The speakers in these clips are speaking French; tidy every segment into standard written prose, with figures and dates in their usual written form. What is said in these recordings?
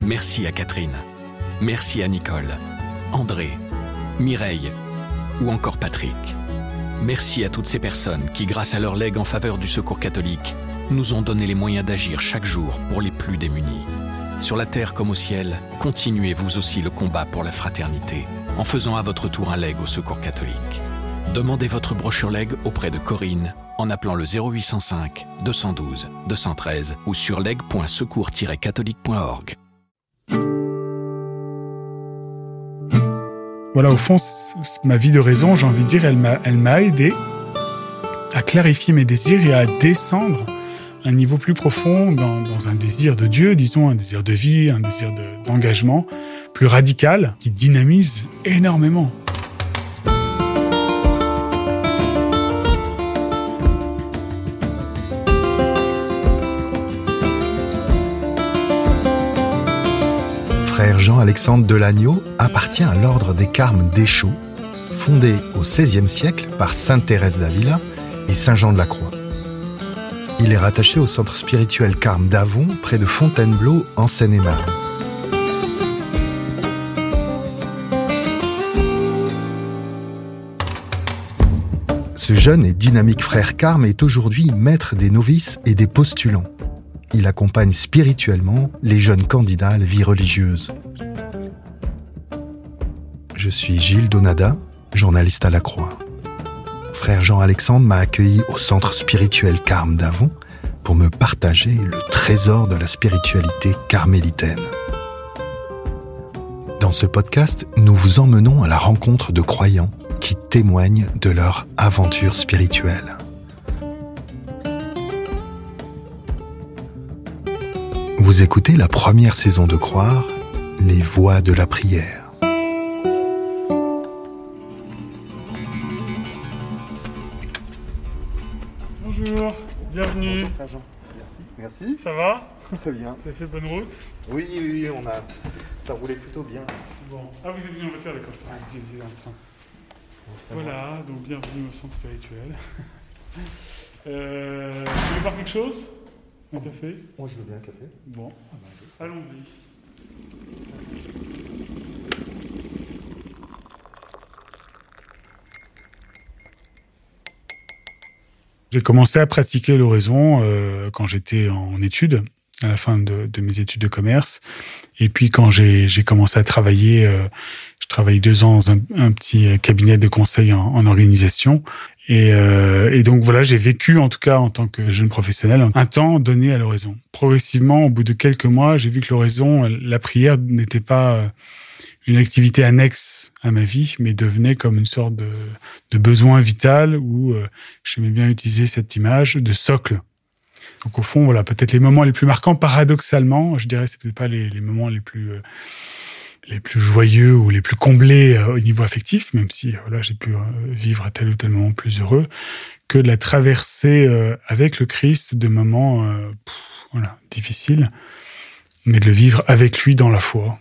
Merci à Catherine. Merci à Nicole, André, Mireille ou encore Patrick. Merci à toutes ces personnes qui, grâce à leur legs en faveur du Secours catholique, nous ont donné les moyens d'agir chaque jour pour les plus démunis. Sur la terre comme au ciel, continuez vous aussi le combat pour la fraternité en faisant à votre tour un leg au Secours catholique. Demandez votre brochure leg auprès de Corinne en appelant le 0805 212 213 ou sur leg.secours-catholique.org. Voilà, au fond, ma vie de raison, j'ai envie de dire, elle m'a aidé à clarifier mes désirs et à descendre à un niveau plus profond dans un désir de Dieu, disons, un désir de vie, un désir d'engagement plus radical qui dynamise énormément. Frère Jean-Alexandre Delagneau appartient à l'ordre des Carmes d'Échault, fondé au XVIe siècle par sainte Thérèse d'Avila et saint Jean de la Croix. Il est rattaché au centre spirituel Carmes d'Avon, près de Fontainebleau, en Seine-et-Marne. Ce jeune et dynamique frère Carme est aujourd'hui maître des novices et des postulants. Il accompagne spirituellement les jeunes candidats à la vie religieuse. Je suis Gilles Donada, journaliste à La Croix. Frère Jean-Alexandre m'a accueilli au centre spirituel Carmes d'Avon pour me partager le trésor de la spiritualité carmélitaine. Dans ce podcast, nous vous emmenons à la rencontre de croyants qui témoignent de leur aventure spirituelle. Vous écoutez la première saison de Croire, les voix de la prière. Bonjour, bienvenue. Bonjour, Frère Jean. Merci. Ça va ? Très bien. Ça fait bonne route ? Oui, ça roulait plutôt bien. Bon. Ah, vous êtes venu en voiture, d'accord, je pensais que vous étiez dans le train. Voilà, donc bienvenue au centre spirituel. Vous voulez boire quelque chose ? Un café ? Moi, je veux bien un café. Bon, allons-y. J'ai commencé à pratiquer l'oraison quand j'étais en études, à la fin de mes études de commerce. Et puis quand j'ai commencé à travailler, je travaillais 2 ans dans un petit cabinet de conseil en organisation. Et donc voilà, j'ai vécu, en tout cas en tant que jeune professionnel, un temps donné à l'oraison. Progressivement, au bout de quelques mois, j'ai vu que l'oraison, la prière n'était pas une activité annexe à ma vie, mais devenait comme une sorte de besoin vital où j'aimais bien utiliser cette image de socle. Donc au fond, voilà, peut-être les moments les plus marquants, paradoxalement, je dirais, c'est peut-être pas les moments les plus joyeux ou les plus comblés au niveau affectif, même si voilà, j'ai pu vivre à tel ou tel moment plus heureux, que de la traversée avec le Christ de moments difficiles, mais de le vivre avec lui dans la foi.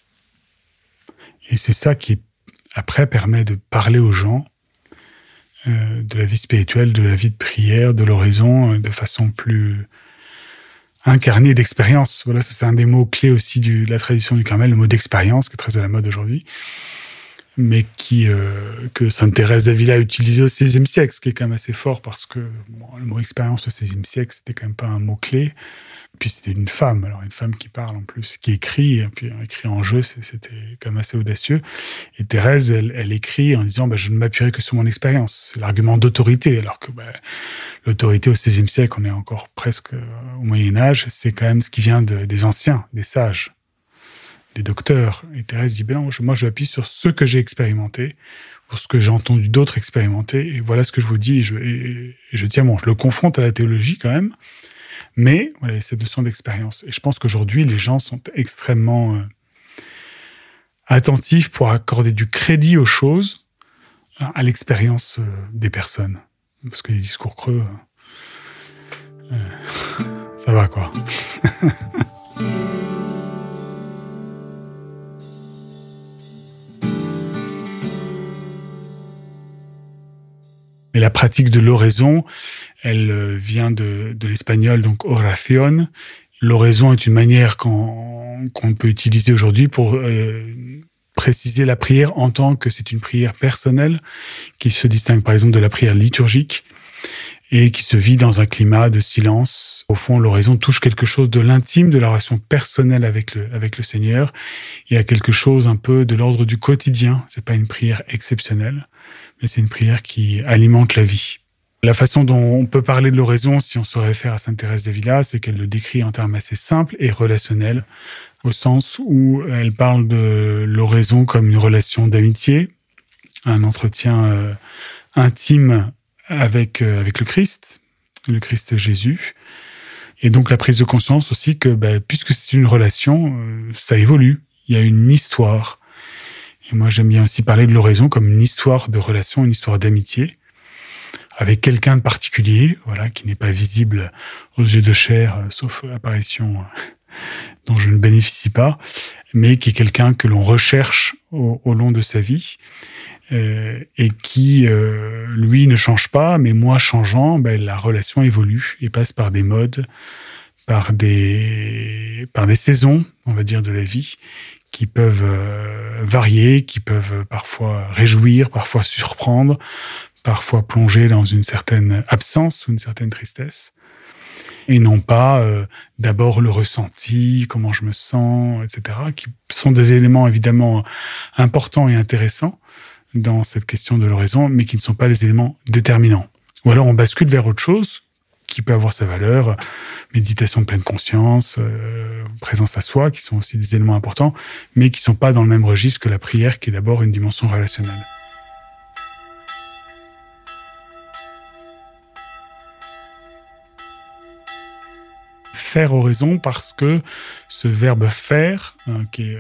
Et c'est ça qui, après, permet de parler aux gens de la vie spirituelle, de la vie de prière, de l'oraison, de façon plus incarnée d'expérience. Voilà, ça c'est un des mots clés aussi de la tradition du Carmel, le mot d'expérience, qui est très à la mode aujourd'hui, mais que sainte Thérèse d'Avila a utilisé au XVIe siècle, ce qui est quand même assez fort, parce que le mot expérience au XVIe siècle, c'était quand même pas un mot clé. Puis c'était une femme, alors une femme qui parle en plus, qui écrit, et puis écrit en jeu, c'était quand même assez audacieux. Et Thérèse, elle écrit en disant je ne m'appuierai que sur mon expérience. C'est l'argument d'autorité, alors que l'autorité au XVIe siècle, on est encore presque au Moyen-Âge, c'est quand même ce qui vient des anciens, des sages, des docteurs. Et Thérèse dit moi je m'appuie sur ce que j'ai expérimenté, pour ce que j'ai entendu d'autres expérimenter, et voilà ce que je vous dis, et je tiens je le confronte à la théologie quand même. Mais voilà, cette notion d'expérience. Et je pense qu'aujourd'hui, les gens sont extrêmement attentifs pour accorder du crédit aux choses, à l'expérience des personnes. Parce que les discours creux, ça va quoi. Mais la pratique de l'oraison, elle vient de l'espagnol, donc oración, L'oraison est une manière qu'on peut utiliser aujourd'hui pour préciser la prière en tant que c'est une prière personnelle qui se distingue par exemple de la prière liturgique et qui se vit dans un climat de silence. Au fond, l'oraison touche quelque chose de l'intime, de la relation personnelle avec le Seigneur. Il y a quelque chose un peu de l'ordre du quotidien. C'est pas une prière exceptionnelle, mais c'est une prière qui alimente la vie. La façon dont on peut parler de l'oraison, si on se réfère à Sainte Thérèse d'Avila, c'est qu'elle le décrit en termes assez simples et relationnels, au sens où elle parle de l'oraison comme une relation d'amitié, un entretien intime avec le Christ Jésus. Et donc la prise de conscience aussi que puisque c'est une relation, ça évolue. Il y a une histoire. Et moi, j'aime bien aussi parler de l'oraison comme une histoire de relation, une histoire d'amitié, avec quelqu'un de particulier, voilà, qui n'est pas visible aux yeux de chair, sauf apparition dont je ne bénéficie pas, mais qui est quelqu'un que l'on recherche au long de sa vie, et qui, lui, ne change pas, mais moi changeant, la relation évolue et passe par des modes, par des saisons, on va dire, de la vie, qui peuvent varier, qui peuvent parfois réjouir, parfois surprendre, parfois plonger dans une certaine absence ou une certaine tristesse, et non pas d'abord le ressenti, comment je me sens, etc., qui sont des éléments évidemment importants et intéressants dans cette question de l'oraison, mais qui ne sont pas les éléments déterminants. Ou alors on bascule vers autre chose qui peut avoir sa valeur, méditation de pleine conscience, présence à soi, qui sont aussi des éléments importants, mais qui ne sont pas dans le même registre que la prière, qui est d'abord une dimension relationnelle. Faire oraison parce que ce verbe faire, qui est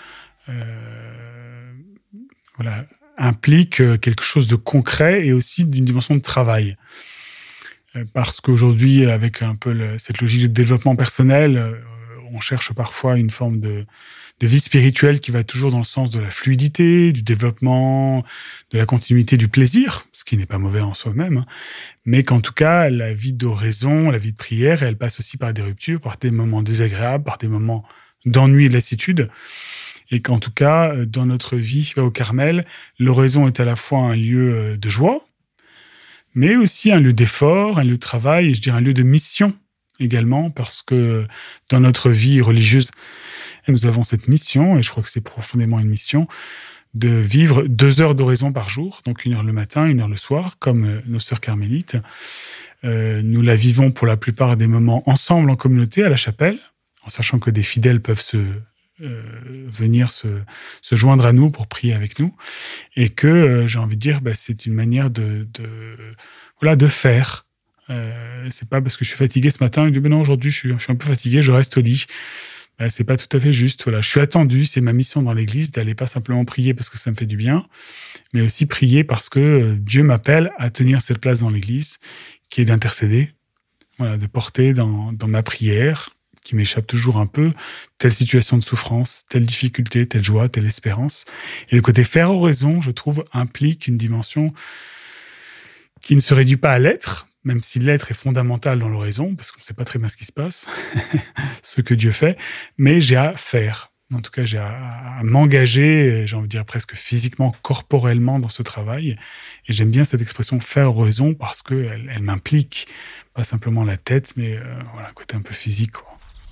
implique quelque chose de concret et aussi d'une dimension de travail. Parce qu'aujourd'hui, avec un peu cette logique de développement personnel, on cherche parfois une forme de vie spirituelle qui va toujours dans le sens de la fluidité, du développement, de la continuité du plaisir, ce qui n'est pas mauvais en soi-même, mais qu'en tout cas, la vie d'oraison, la vie de prière, elle passe aussi par des ruptures, par des moments désagréables, par des moments d'ennui et de lassitude, et qu'en tout cas, dans notre vie au Carmel, l'oraison est à la fois un lieu de joie, mais aussi un lieu d'effort, un lieu de travail, et je dirais un lieu de mission également, parce que dans notre vie religieuse, nous avons cette mission, et je crois que c'est profondément une mission, de vivre 2 heures d'oraison par jour, donc 1 heure le matin, 1 heure le soir, comme nos sœurs carmélites. Nous la vivons pour la plupart des moments ensemble en communauté, à la chapelle, en sachant que des fidèles peuvent venir se joindre à nous pour prier avec nous, et que, j'ai envie de dire, c'est une manière de faire. C'est pas parce que je suis fatigué ce matin, je dis non, aujourd'hui je suis un peu fatigué, je reste au lit. C'est pas tout à fait juste. Voilà, je suis attendu, c'est ma mission dans l'Église d'aller pas simplement prier parce que ça me fait du bien, mais aussi prier parce que Dieu m'appelle à tenir cette place dans l'Église, qui est d'intercéder, de porter dans ma prière, qui m'échappe toujours un peu, telle situation de souffrance, telle difficulté, telle joie, telle espérance. Et le côté faire oraison, je trouve, implique une dimension qui ne se réduit pas à l'être, même si l'être est fondamental dans l'oraison, parce qu'on ne sait pas très bien ce qui se passe, ce que Dieu fait, mais j'ai à faire. En tout cas, j'ai à m'engager, j'ai envie de dire presque physiquement, corporellement dans ce travail. Et j'aime bien cette expression « faire oraison » parce qu'elle m'implique, pas simplement la tête, mais un côté un peu physique, quoi.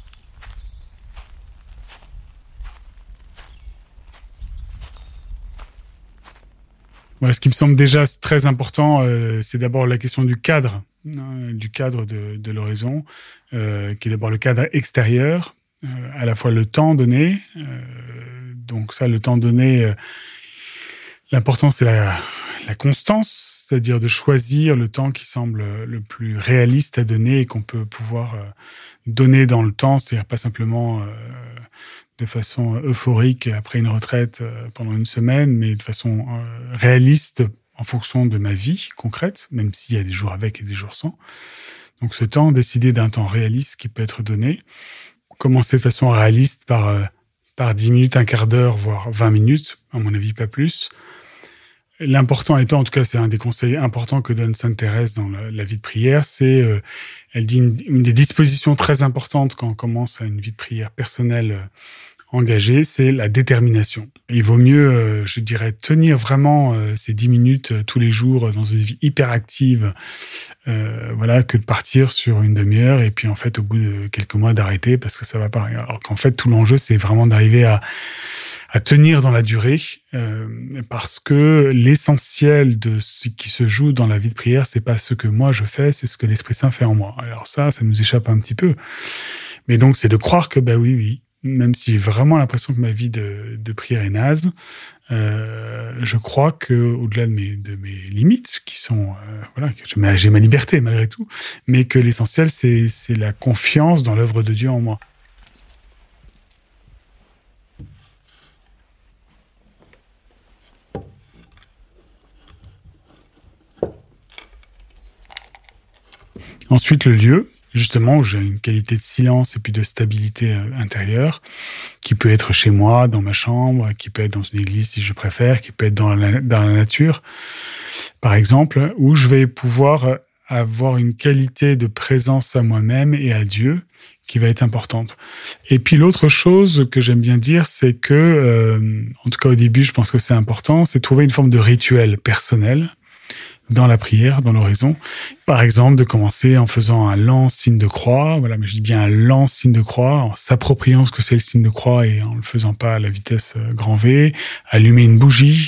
Ce qui me semble déjà très important, c'est d'abord la question du cadre de l'oraison, qui est d'abord le cadre extérieur, à la fois le temps donné. Donc ça, le temps donné, l'important, c'est la constance, c'est-à-dire de choisir le temps qui semble le plus réaliste à donner et qu'on peut pouvoir donner dans le temps, c'est-à-dire pas simplement de façon euphorique après une retraite pendant une semaine, mais de façon réaliste en fonction de ma vie concrète, même s'il y a des jours avec et des jours sans. Donc ce temps, décider d'un temps réaliste qui peut être donné, commencer de façon réaliste par 10 minutes, un quart d'heure, voire 20 minutes, à mon avis pas plus. l'important étant, en tout cas, c'est un des conseils importants que donne Sainte Thérèse dans la vie de prière, c'est, elle dit une des dispositions très importantes quand on commence à une vie de prière personnelle engagée, c'est la détermination. Il vaut mieux, je dirais, tenir vraiment ces 10 minutes tous les jours dans une vie hyper active, que de partir sur une demi-heure et puis en fait, au bout de quelques mois, d'arrêter parce que ça va pas. Alors qu'en fait, tout l'enjeu, c'est vraiment d'arriver à tenir dans la durée, parce que l'essentiel de ce qui se joue dans la vie de prière, c'est pas ce que moi je fais, c'est ce que l'Esprit Saint fait en moi. Alors ça nous échappe un petit peu. Mais donc, c'est de croire que, oui, même si j'ai vraiment l'impression que ma vie de prière est naze, je crois que au-delà de mes limites, qui sont, que j'ai ma liberté malgré tout, mais que l'essentiel, c'est la confiance dans l'œuvre de Dieu en moi. Ensuite, le lieu, justement, où j'ai une qualité de silence et puis de stabilité intérieure, qui peut être chez moi, dans ma chambre, qui peut être dans une église si je préfère, qui peut être dans la nature, par exemple, où je vais pouvoir avoir une qualité de présence à moi-même et à Dieu qui va être importante. Et puis l'autre chose que j'aime bien dire, c'est que, en tout cas au début, je pense que c'est important, c'est trouver une forme de rituel personnel dans la prière, dans l'oraison. Par exemple, de commencer en faisant un lent signe de croix, mais je dis bien un lent signe de croix, en s'appropriant ce que c'est le signe de croix et en le faisant pas à la vitesse grand V, allumer une bougie.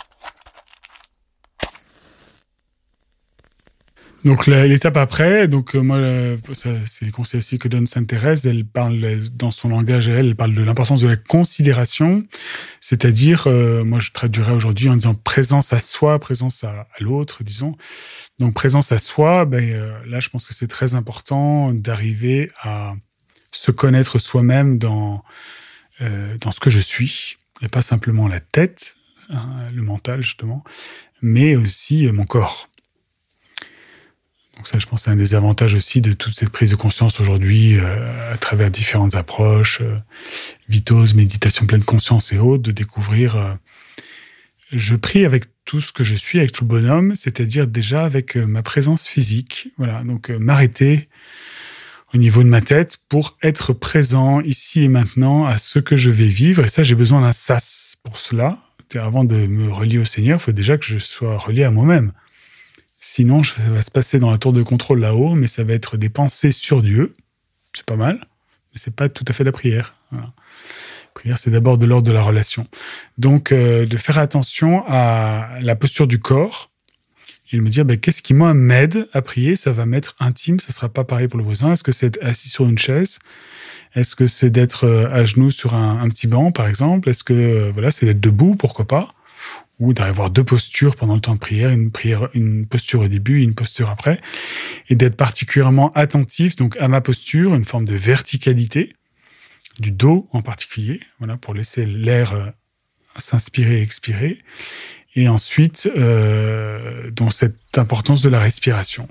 Donc l'étape après, c'est les conseils aussi que donne Sainte Thérèse. Elle parle dans son langage, elle parle de l'importance de la considération, c'est-à-dire, moi je traduirais aujourd'hui en disant présence à soi, présence à l'autre, disons. Donc présence à soi, là je pense que c'est très important d'arriver à se connaître soi-même dans ce que je suis, et pas simplement la tête, le mental justement, mais aussi mon corps. Donc ça, je pense, c'est un des avantages aussi de toute cette prise de conscience aujourd'hui à travers différentes approches, vitose, méditation pleine conscience et autres, de découvrir. Je prie avec tout ce que je suis, avec tout le bonhomme, c'est-à-dire déjà avec ma présence physique. Voilà, donc m'arrêter au niveau de ma tête pour être présent ici et maintenant à ce que je vais vivre. Et ça, j'ai besoin d'un sas pour cela. Avant de me relier au Seigneur, il faut déjà que je sois relié à moi-même. Sinon, ça va se passer dans la tour de contrôle là-haut, mais ça va être des pensées sur Dieu. C'est pas mal, mais c'est pas tout à fait la prière. Voilà. La prière, c'est d'abord de l'ordre de la relation. Donc, de faire attention à la posture du corps et de me dire, qu'est-ce qui, moi, m'aide à prier? Ça va m'être intime, ça sera pas pareil pour le voisin. Est-ce que c'est d'être assis sur une chaise? Est-ce que c'est d'être à genoux sur un petit banc, par exemple? Est-ce que, c'est d'être debout, pourquoi pas? Ou d'avoir deux postures pendant le temps de prière, une posture au début et une posture après, et d'être particulièrement attentif donc à ma posture, une forme de verticalité, du dos en particulier, pour laisser l'air s'inspirer et expirer, et ensuite dans cette importance de la respiration.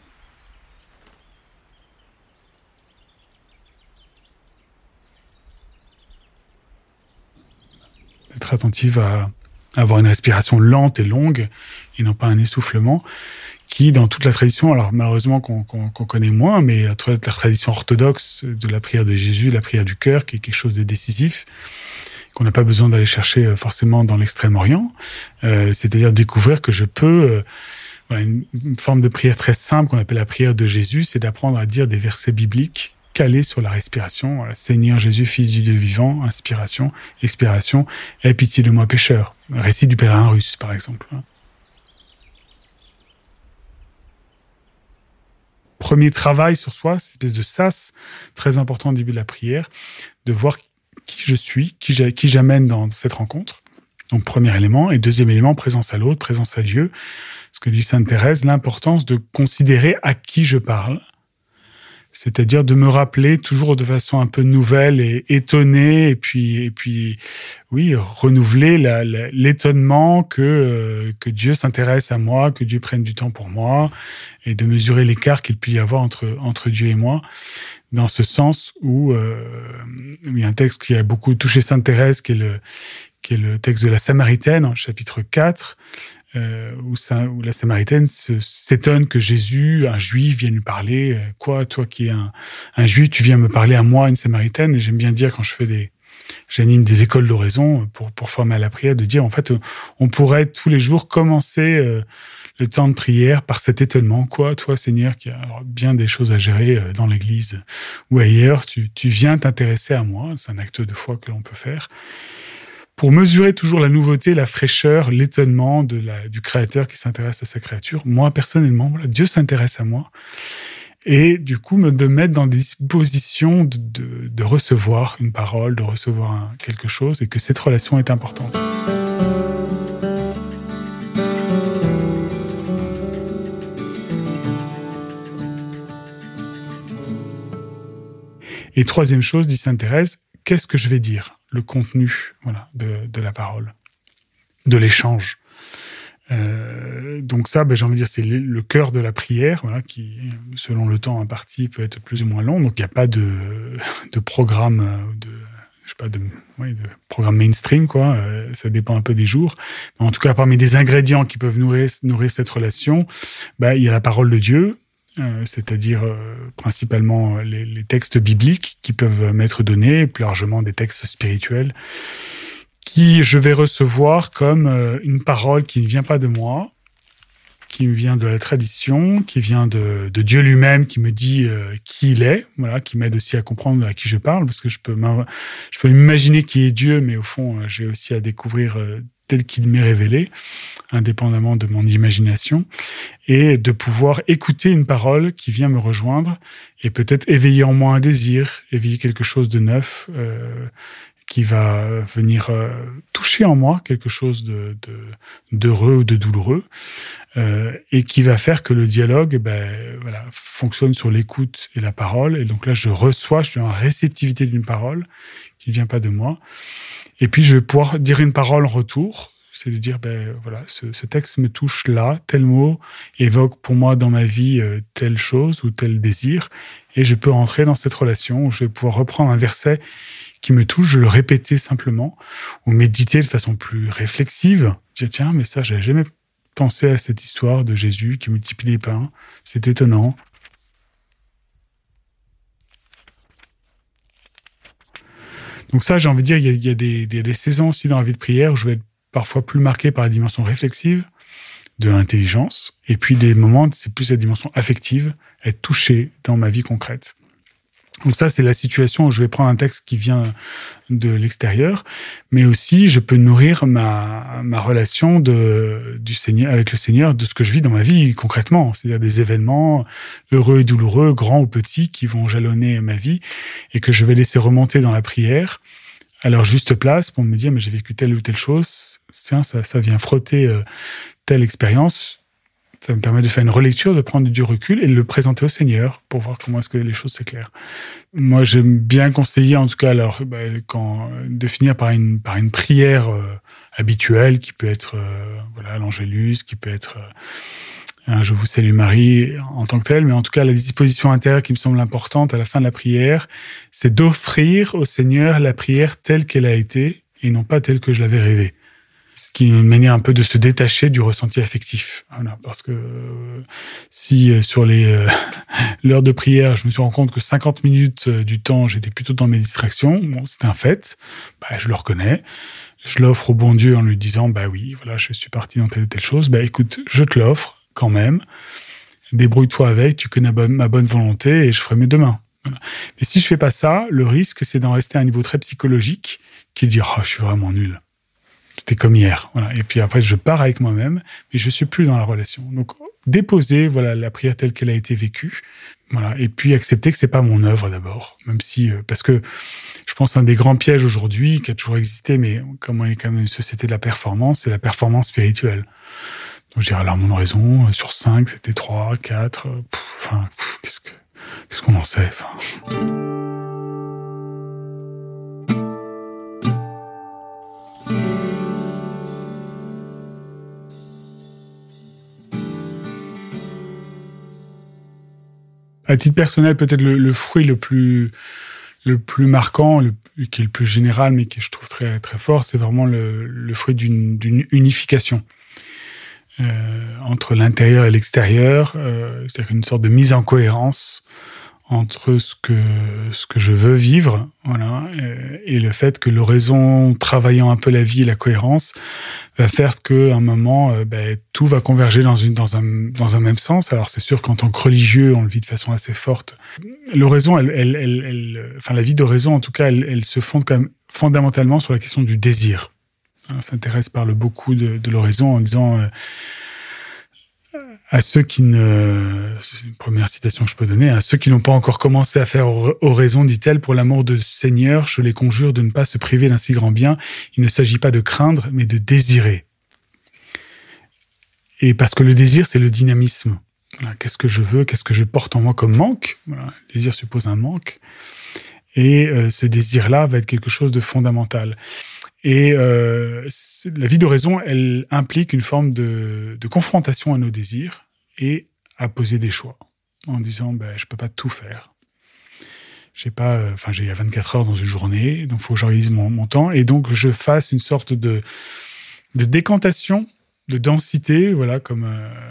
D'être attentif à avoir une respiration lente et longue, et non pas un essoufflement, qui, dans toute la tradition, alors malheureusement qu'on connaît moins, mais toute la tradition orthodoxe de la prière de Jésus, la prière du cœur, qui est quelque chose de décisif, qu'on n'a pas besoin d'aller chercher forcément dans l'Extrême-Orient, c'est-à-dire découvrir que je peux... une forme de prière très simple qu'on appelle la prière de Jésus, c'est d'apprendre à dire des versets bibliques calé sur la respiration. Seigneur Jésus, Fils du Dieu vivant, inspiration, expiration, aie pitié de moi pécheur. Récit du pèlerin russe, par exemple. Premier travail sur soi, cette espèce de sas très important au début de la prière, de voir qui je suis, qui j'amène dans cette rencontre. Donc, premier élément. Et deuxième élément, présence à l'autre, présence à Dieu. Ce que dit Sainte Thérèse, l'importance de considérer à qui je parle. C'est-à-dire de me rappeler toujours de façon un peu nouvelle et étonnée, et puis oui, renouveler l'étonnement que Dieu s'intéresse à moi, que Dieu prenne du temps pour moi, et de mesurer l'écart qu'il peut y avoir entre Dieu et moi, dans ce sens où il y a un texte qui a beaucoup touché Sainte Thérèse, qui est le texte de la Samaritaine, en chapitre 4, où la Samaritaine s'étonne que Jésus, un Juif, vienne lui parler. Quoi, toi qui es un Juif, tu viens me parler à moi, une Samaritaine? Et j'aime bien dire, quand j'anime des écoles d'oraison pour former à la prière, de dire, en fait, on pourrait tous les jours commencer le temps de prière par cet étonnement. Quoi, toi, Seigneur, qui a bien des choses à gérer dans l'Église ou ailleurs, tu viens t'intéresser à moi. C'est un acte de foi que l'on peut faire, pour mesurer toujours la nouveauté, la fraîcheur, l'étonnement du Créateur qui s'intéresse à sa créature. Moi, personnellement, voilà, Dieu s'intéresse à moi. Et du coup, de mettre dans des dispositions de recevoir une parole, de recevoir quelque chose, et que cette relation est importante. Et troisième chose, dit sainte Thérèse, qu'est-ce que je vais dire? Le contenu, voilà, de la parole, de l'échange. Donc ça, j'ai envie de dire, c'est le cœur de la prière, voilà, qui, selon le temps imparti, peut être plus ou moins long. Donc il n'y a pas de programme, de programme mainstream, quoi. Ça dépend un peu des jours. Mais en tout cas, parmi les ingrédients qui peuvent nourrir cette relation, il y a la parole de Dieu. C'est-à-dire principalement les textes bibliques qui peuvent m'être donnés, plus largement des textes spirituels, qui je vais recevoir comme une parole qui ne vient pas de moi, qui me vient de la tradition, qui vient de Dieu lui-même, qui me dit qui il est, voilà, qui m'aide aussi à comprendre à qui je parle, parce que je peux m'imaginer qui est Dieu, mais au fond, j'ai aussi à découvrir tel qu'il m'est révélé, indépendamment de mon imagination, et de pouvoir écouter une parole qui vient me rejoindre et peut-être éveiller en moi un désir, éveiller quelque chose de neuf, qui va venir toucher en moi quelque chose d'heureux ou de douloureux, et qui va faire que le dialogue fonctionne sur l'écoute et la parole. Et donc là, je suis en réceptivité d'une parole qui ne vient pas de moi. Et puis, je vais pouvoir dire une parole en retour. C'est de dire, ce texte me touche là, tel mot évoque pour moi dans ma vie telle chose ou tel désir. Et je peux rentrer dans cette relation où je vais pouvoir reprendre un verset qui me touche, je le répéter simplement, ou méditer de façon plus réflexive. Dire, tiens, mais ça, j'avais jamais pensé à cette histoire de Jésus qui multiplie les pains. C'est étonnant. Donc ça, j'ai envie de dire, il y a des saisons aussi dans la vie de prière où je vais être parfois plus marqué par la dimension réflexive de l'intelligence, et puis des moments, c'est plus la dimension affective, être touché dans ma vie concrète. Donc ça, c'est la situation où je vais prendre un texte qui vient de l'extérieur, mais aussi je peux nourrir ma relation du Seigneur, avec le Seigneur, de ce que je vis dans ma vie concrètement, c'est-à-dire des événements heureux et douloureux, grands ou petits, qui vont jalonner ma vie et que je vais laisser remonter dans la prière à leur juste place pour me dire, mais j'ai vécu telle ou telle chose, tiens, ça vient frotter telle expérience. Ça me permet de faire une relecture, de prendre du recul et de le présenter au Seigneur pour voir comment est-ce que les choses s'éclairent. Moi, j'aime bien conseiller, en tout cas, de finir par une prière habituelle qui peut être l'Angélus, qui peut être Je vous salue Marie en tant que telle, mais en tout cas, la disposition intérieure qui me semble importante à la fin de la prière, c'est d'offrir au Seigneur la prière telle qu'elle a été et non pas telle que je l'avais rêvée. Ce qui est une manière un peu de se détacher du ressenti affectif. Voilà, parce que si sur l'heure de prière, je me suis rendu compte que 50 minutes du temps, j'étais plutôt dans mes distractions, bon, c'est un fait, je le reconnais. Je l'offre au bon Dieu en lui disant, oui, voilà, je suis parti dans telle ou telle chose. Écoute, je te l'offre quand même. Débrouille-toi avec, tu connais ma bonne volonté et je ferai mieux demain. Voilà. Mais si je fais pas ça, le risque, c'est d'en rester à un niveau très psychologique, qui est de dire, je suis vraiment nul. C'était comme hier. Voilà. Et puis après, je pars avec moi-même, mais je suis plus dans la relation. Donc, déposer, la prière telle qu'elle a été vécue. Voilà. Et puis, accepter que c'est pas mon œuvre d'abord. Même si, parce que je pense un des grands pièges aujourd'hui, qui a toujours existé, mais comme on est quand même une société de la performance, c'est la performance spirituelle. Donc, je dirais, alors, mon oraison, sur 5, c'était 3, 4, qu'est-ce qu'on en sait, À titre personnel, peut-être le fruit le plus marquant, qui est le plus général, mais qui je trouve très, très fort, c'est vraiment le fruit d'une unification. entre l'intérieur et l'extérieur, c'est-à-dire une sorte de mise en cohérence entre ce que je veux vivre, voilà, et le fait que l'oraison, travaillant un peu la vie et la cohérence, va faire qu'à un moment, tout va converger dans un même sens. Alors c'est sûr qu'en tant que religieux, on le vit de façon assez forte. L'oraison, la vie d'oraison, en tout cas, elle se fonde quand même fondamentalement sur la question du désir. S'intéresse, parle beaucoup de l'oraison en disant à ceux qui c'est une première citation que je peux donner, à ceux qui n'ont pas encore commencé à faire oraison, dit-elle, pour l'amour du Seigneur, je les conjure de ne pas se priver d'un si grand bien. Il ne s'agit pas de craindre, mais de désirer. Et parce que le désir, c'est le dynamisme. Voilà, qu'est-ce que je veux, qu'est-ce que je porte en moi comme manque. Voilà, le désir suppose un manque. Et ce désir-là va être quelque chose de fondamental. Et la vie d'oraison, elle implique une forme de confrontation à nos désirs et à poser des choix en disant je peux pas tout faire. J'ai 24 heures dans une journée, donc il faut que j'organise mon temps et donc je fasse une sorte de décantation, de densité, voilà, comme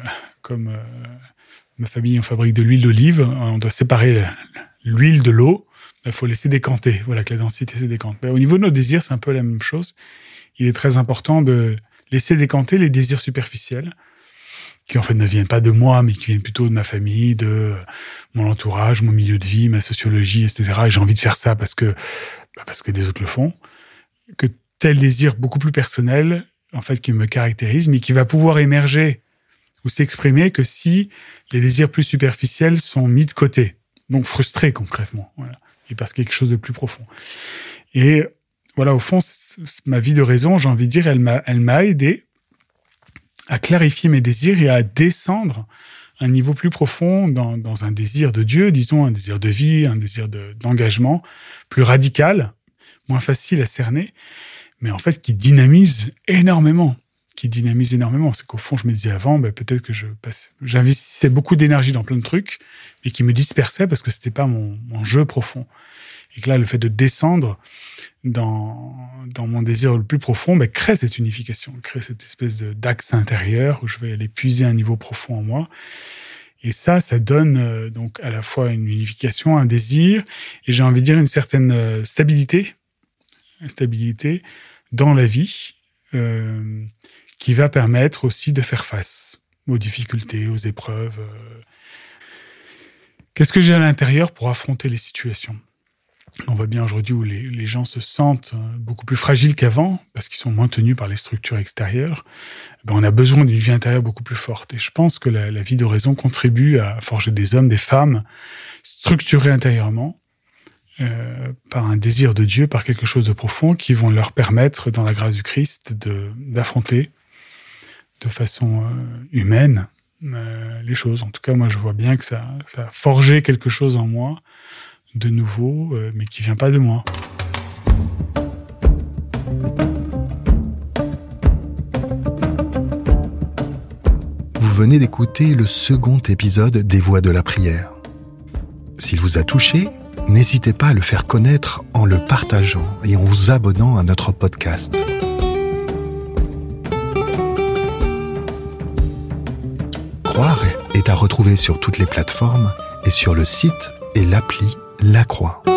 ma famille on fabrique de l'huile d'olive, on doit séparer l'huile de l'eau. Il faut laisser décanter, voilà, que la densité se décante. Au niveau de nos désirs, c'est un peu la même chose. Il est très important de laisser décanter les désirs superficiels, qui en fait ne viennent pas de moi, mais qui viennent plutôt de ma famille, de mon entourage, mon milieu de vie, ma sociologie, etc. Et j'ai envie de faire ça parce que des autres le font. Que tel désir beaucoup plus personnel, en fait, qui me caractérise, mais qui va pouvoir émerger ou s'exprimer que si les désirs plus superficiels sont mis de côté. Donc frustrés concrètement, voilà. Et parce qu'il y a quelque chose de plus profond. Et voilà, au fond, ma vie d'oraison, j'ai envie de dire, elle m'a aidé à clarifier mes désirs et à descendre à un niveau plus profond dans un désir de Dieu, disons, un désir de vie, un désir d'engagement, plus radical, moins facile à cerner, mais en fait qui dynamise énormément. C'est qu'au fond, je me disais avant, peut-être que j'investissais beaucoup d'énergie dans plein de trucs, mais qui me dispersaient parce que c'était pas mon jeu profond. Et que là, le fait de descendre dans mon désir le plus profond, crée cette unification, crée cette espèce d'axe intérieur où je vais aller puiser un niveau profond en moi. Et ça donne donc à la fois une unification, un désir, et j'ai envie de dire une certaine stabilité dans la vie, qui va permettre aussi de faire face aux difficultés, aux épreuves. Qu'est-ce que j'ai à l'intérieur pour affronter les situations ? On voit bien aujourd'hui où les gens se sentent beaucoup plus fragiles qu'avant, parce qu'ils sont moins tenus par les structures extérieures. On a besoin d'une vie intérieure beaucoup plus forte. Et je pense que la vie d'oraison contribue à forger des hommes, des femmes, structurés intérieurement, par un désir de Dieu, par quelque chose de profond, qui vont leur permettre, dans la grâce du Christ, d'affronter de façon humaine les choses. En tout cas, moi, je vois bien que ça a forgé quelque chose en moi de nouveau, mais qui vient pas de moi. Vous venez d'écouter le second épisode des Voix de la prière. S'il vous a touché, n'hésitez pas à le faire connaître en le partageant et en vous abonnant à notre podcast. Croire est à retrouver sur toutes les plateformes et sur le site et l'appli La Croix.